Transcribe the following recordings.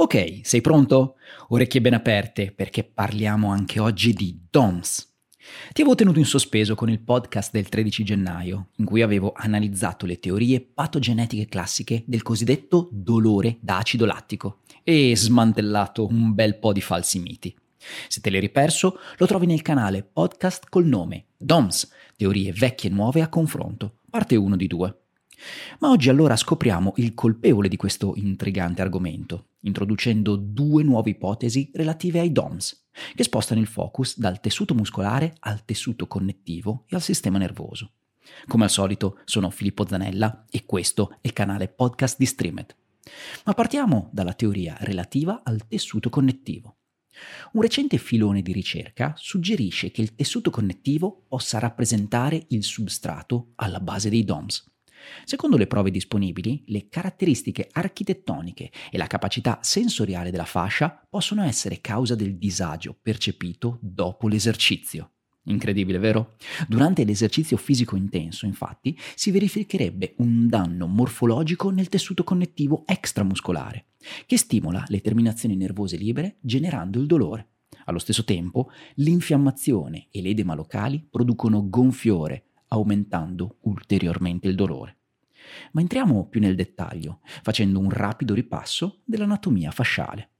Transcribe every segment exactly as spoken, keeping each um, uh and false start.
Ok, sei pronto? Orecchie ben aperte perché parliamo anche oggi di D O M S. Ti avevo tenuto in sospeso con il podcast del tredici gennaio, in cui avevo analizzato le teorie patogenetiche classiche del cosiddetto dolore da acido lattico e smantellato un bel po' di falsi miti. Se te l'hai riperso, lo trovi nel canale podcast col nome D O M S, teorie vecchie e nuove a confronto, parte uno di due. Ma oggi allora scopriamo il colpevole di questo intrigante argomento, introducendo due nuove ipotesi relative ai D O M S, che spostano il focus dal tessuto muscolare al tessuto connettivo e al sistema nervoso. Come al solito sono Filippo Zanella e questo è il canale podcast di Streamed. Ma partiamo dalla teoria relativa al tessuto connettivo. Un recente filone di ricerca suggerisce che il tessuto connettivo possa rappresentare il substrato alla base dei D O M S. Secondo le prove disponibili, le caratteristiche architettoniche e la capacità sensoriale della fascia possono essere causa del disagio percepito dopo l'esercizio. Incredibile, vero? Durante l'esercizio fisico intenso, infatti, si verificherebbe un danno morfologico nel tessuto connettivo extramuscolare, che stimola le terminazioni nervose libere generando il dolore. Allo stesso tempo, l'infiammazione e l'edema locali producono gonfiore, aumentando ulteriormente il dolore. Ma entriamo più nel dettaglio, facendo un rapido ripasso dell'anatomia fasciale.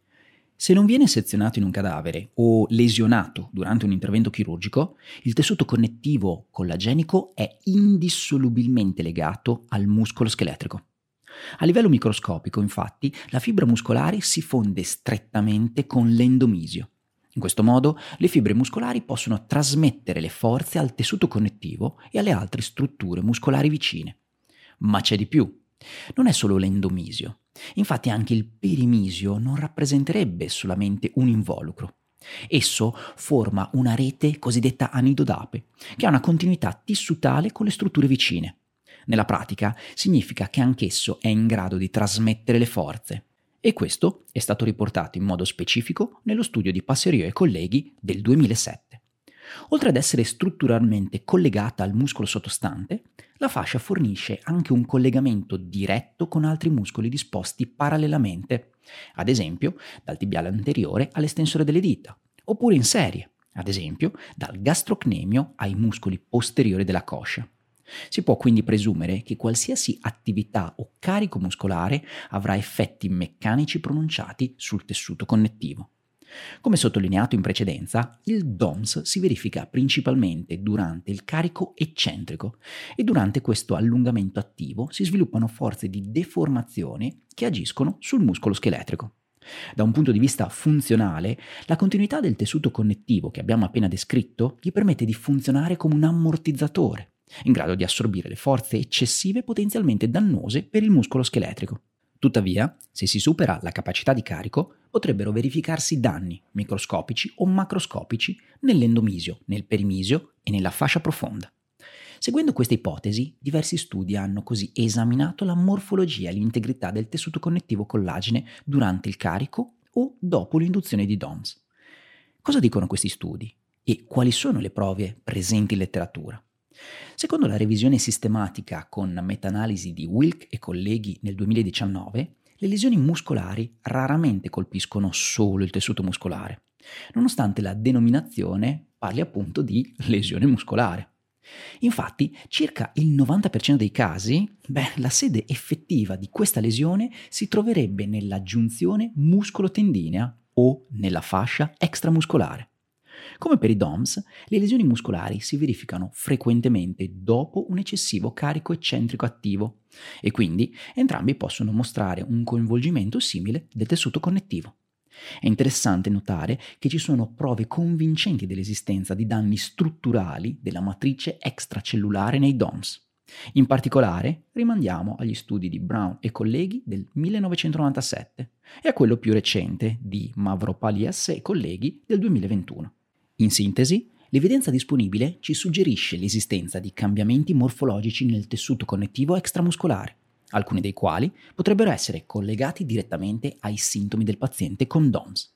Se non viene sezionato in un cadavere o lesionato durante un intervento chirurgico, il tessuto connettivo collagenico è indissolubilmente legato al muscolo scheletrico. A livello microscopico, infatti, la fibra muscolare si fonde strettamente con l'endomisio. In questo modo le fibre muscolari possono trasmettere le forze al tessuto connettivo e alle altre strutture muscolari vicine. Ma c'è di più. Non è solo l'endomisio. Infatti anche il perimisio non rappresenterebbe solamente un involucro. Esso forma una rete cosiddetta anido d'ape, che ha una continuità tissutale con le strutture vicine. Nella pratica significa che anch'esso è in grado di trasmettere le forze. E questo è stato riportato in modo specifico nello studio di Passerieu e colleghi del duemilasette. Oltre ad essere strutturalmente collegata al muscolo sottostante, la fascia fornisce anche un collegamento diretto con altri muscoli disposti parallelamente, ad esempio dal tibiale anteriore all'estensore delle dita, oppure in serie, ad esempio dal gastrocnemio ai muscoli posteriori della coscia. Si può quindi presumere che qualsiasi attività o carico muscolare avrà effetti meccanici pronunciati sul tessuto connettivo. Come sottolineato in precedenza, il D O M S si verifica principalmente durante il carico eccentrico e durante questo allungamento attivo si sviluppano forze di deformazione che agiscono sul muscolo scheletrico. Da un punto di vista funzionale, la continuità del tessuto connettivo che abbiamo appena descritto gli permette di funzionare come un ammortizzatore, in grado di assorbire le forze eccessive potenzialmente dannose per il muscolo scheletrico. Tuttavia, se si supera la capacità di carico, potrebbero verificarsi danni microscopici o macroscopici nell'endomisio, nel perimisio e nella fascia profonda. Seguendo questa ipotesi, diversi studi hanno così esaminato la morfologia e l'integrità del tessuto connettivo collagene durante il carico o dopo l'induzione di D O M S. Cosa dicono questi studi e quali sono le prove presenti in letteratura? Secondo la revisione sistematica con meta-analisi di Wilk e colleghi nel duemiladiciannove, le lesioni muscolari raramente colpiscono solo il tessuto muscolare, nonostante la denominazione parli appunto di lesione muscolare. Infatti, circa il novanta per cento dei casi, beh, la sede effettiva di questa lesione si troverebbe nella giunzione muscolo-tendinea o nella fascia extramuscolare. Come per i D O M S, le lesioni muscolari si verificano frequentemente dopo un eccessivo carico eccentrico attivo e quindi entrambi possono mostrare un coinvolgimento simile del tessuto connettivo. È interessante notare che ci sono prove convincenti dell'esistenza di danni strutturali della matrice extracellulare nei D O M S. In particolare, rimandiamo agli studi di Brown e colleghi del millenovecentonovantasette e a quello più recente di Mavropalias e colleghi del duemilaventuno. In sintesi, l'evidenza disponibile ci suggerisce l'esistenza di cambiamenti morfologici nel tessuto connettivo extramuscolare, alcuni dei quali potrebbero essere collegati direttamente ai sintomi del paziente con D O M S.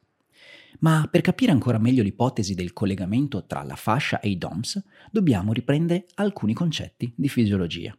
Ma per capire ancora meglio l'ipotesi del collegamento tra la fascia e i D O M S, dobbiamo riprendere alcuni concetti di fisiologia.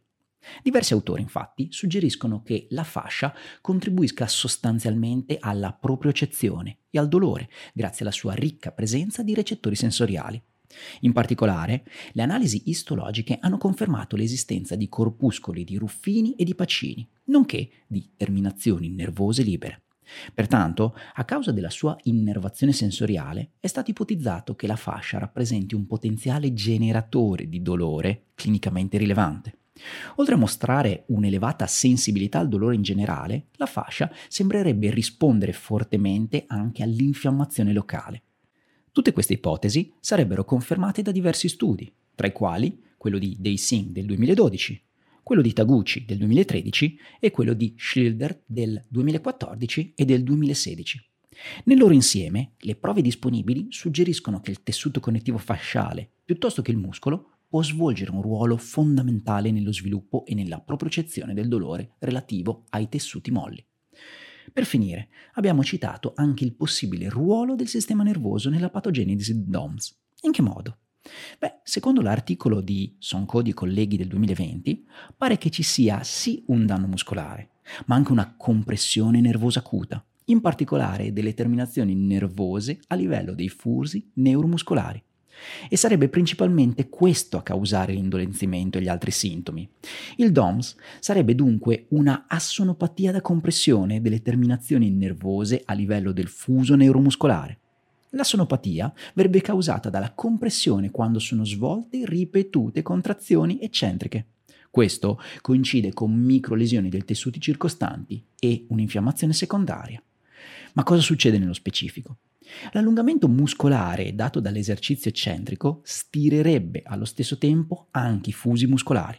Diversi autori, infatti, suggeriscono che la fascia contribuisca sostanzialmente alla propriocezione e al dolore, grazie alla sua ricca presenza di recettori sensoriali. In particolare, le analisi istologiche hanno confermato l'esistenza di corpuscoli di ruffini e di pacini, nonché di terminazioni nervose libere. Pertanto, a causa della sua innervazione sensoriale, è stato ipotizzato che la fascia rappresenti un potenziale generatore di dolore clinicamente rilevante. Oltre a mostrare un'elevata sensibilità al dolore in generale, la fascia sembrerebbe rispondere fortemente anche all'infiammazione locale. Tutte queste ipotesi sarebbero confermate da diversi studi, tra i quali quello di Day-Sing del duemiladodici, quello di Taguchi del duemilatredici e quello di Schilder del duemilaquattordici e del duemilasedici. Nel loro insieme, le prove disponibili suggeriscono che il tessuto connettivo fasciale, piuttosto che il muscolo, può svolgere un ruolo fondamentale nello sviluppo e nella propriocezione del dolore relativo ai tessuti molli. Per finire, abbiamo citato anche il possibile ruolo del sistema nervoso nella patogenesi di D O M S. In che modo? Beh, secondo l'articolo di Sonko e colleghi del duemilaventi, pare che ci sia sì un danno muscolare, ma anche una compressione nervosa acuta, in particolare delle terminazioni nervose a livello dei fusi neuromuscolari. E sarebbe principalmente questo a causare l'indolenzimento e gli altri sintomi. Il D O M S sarebbe dunque una assonopatia da compressione delle terminazioni nervose a livello del fuso neuromuscolare. L'assonopatia verrebbe causata dalla compressione quando sono svolte ripetute contrazioni eccentriche. Questo coincide con microlesioni dei tessuti circostanti e un'infiammazione secondaria. Ma cosa succede nello specifico? L'allungamento muscolare dato dall'esercizio eccentrico stirerebbe allo stesso tempo anche i fusi muscolari.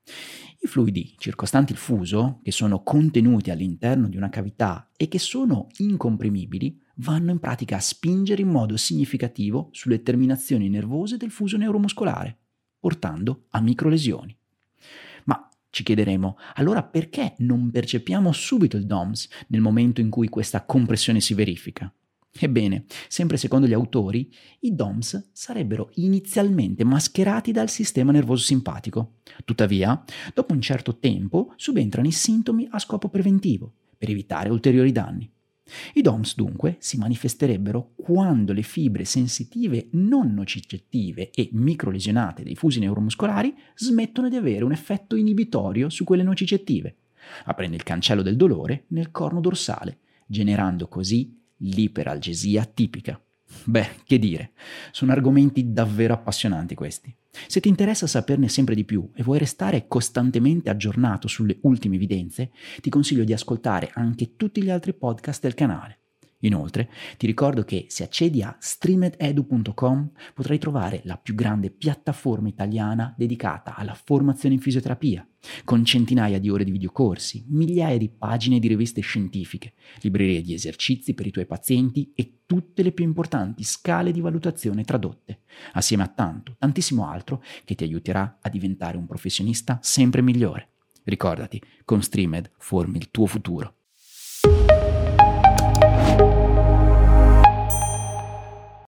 I fluidi circostanti il fuso, che sono contenuti all'interno di una cavità e che sono incomprimibili, vanno in pratica a spingere in modo significativo sulle terminazioni nervose del fuso neuromuscolare, portando a microlesioni. Ma ci chiederemo, allora perché non percepiamo subito il D O M S nel momento in cui questa compressione si verifica? Ebbene, sempre secondo gli autori, i D O M S sarebbero inizialmente mascherati dal sistema nervoso simpatico. Tuttavia, dopo un certo tempo subentrano i sintomi a scopo preventivo, per evitare ulteriori danni. I D O M S dunque si manifesterebbero quando le fibre sensitive non nocicettive e microlesionate dei fusi neuromuscolari smettono di avere un effetto inibitorio su quelle nocicettive, aprendo il cancello del dolore nel corno dorsale, generando così l'iperalgesia tipica. Beh, che dire, sono argomenti davvero appassionanti questi. Se ti interessa saperne sempre di più e vuoi restare costantemente aggiornato sulle ultime evidenze, ti consiglio di ascoltare anche tutti gli altri podcast del canale. Inoltre, ti ricordo che se accedi a streamed edu punto com potrai trovare la più grande piattaforma italiana dedicata alla formazione in fisioterapia, con centinaia di ore di videocorsi, migliaia di pagine di riviste scientifiche, librerie di esercizi per i tuoi pazienti e tutte le più importanti scale di valutazione tradotte, assieme a tanto, tantissimo altro che ti aiuterà a diventare un professionista sempre migliore. Ricordati, con Streamed formi il tuo futuro.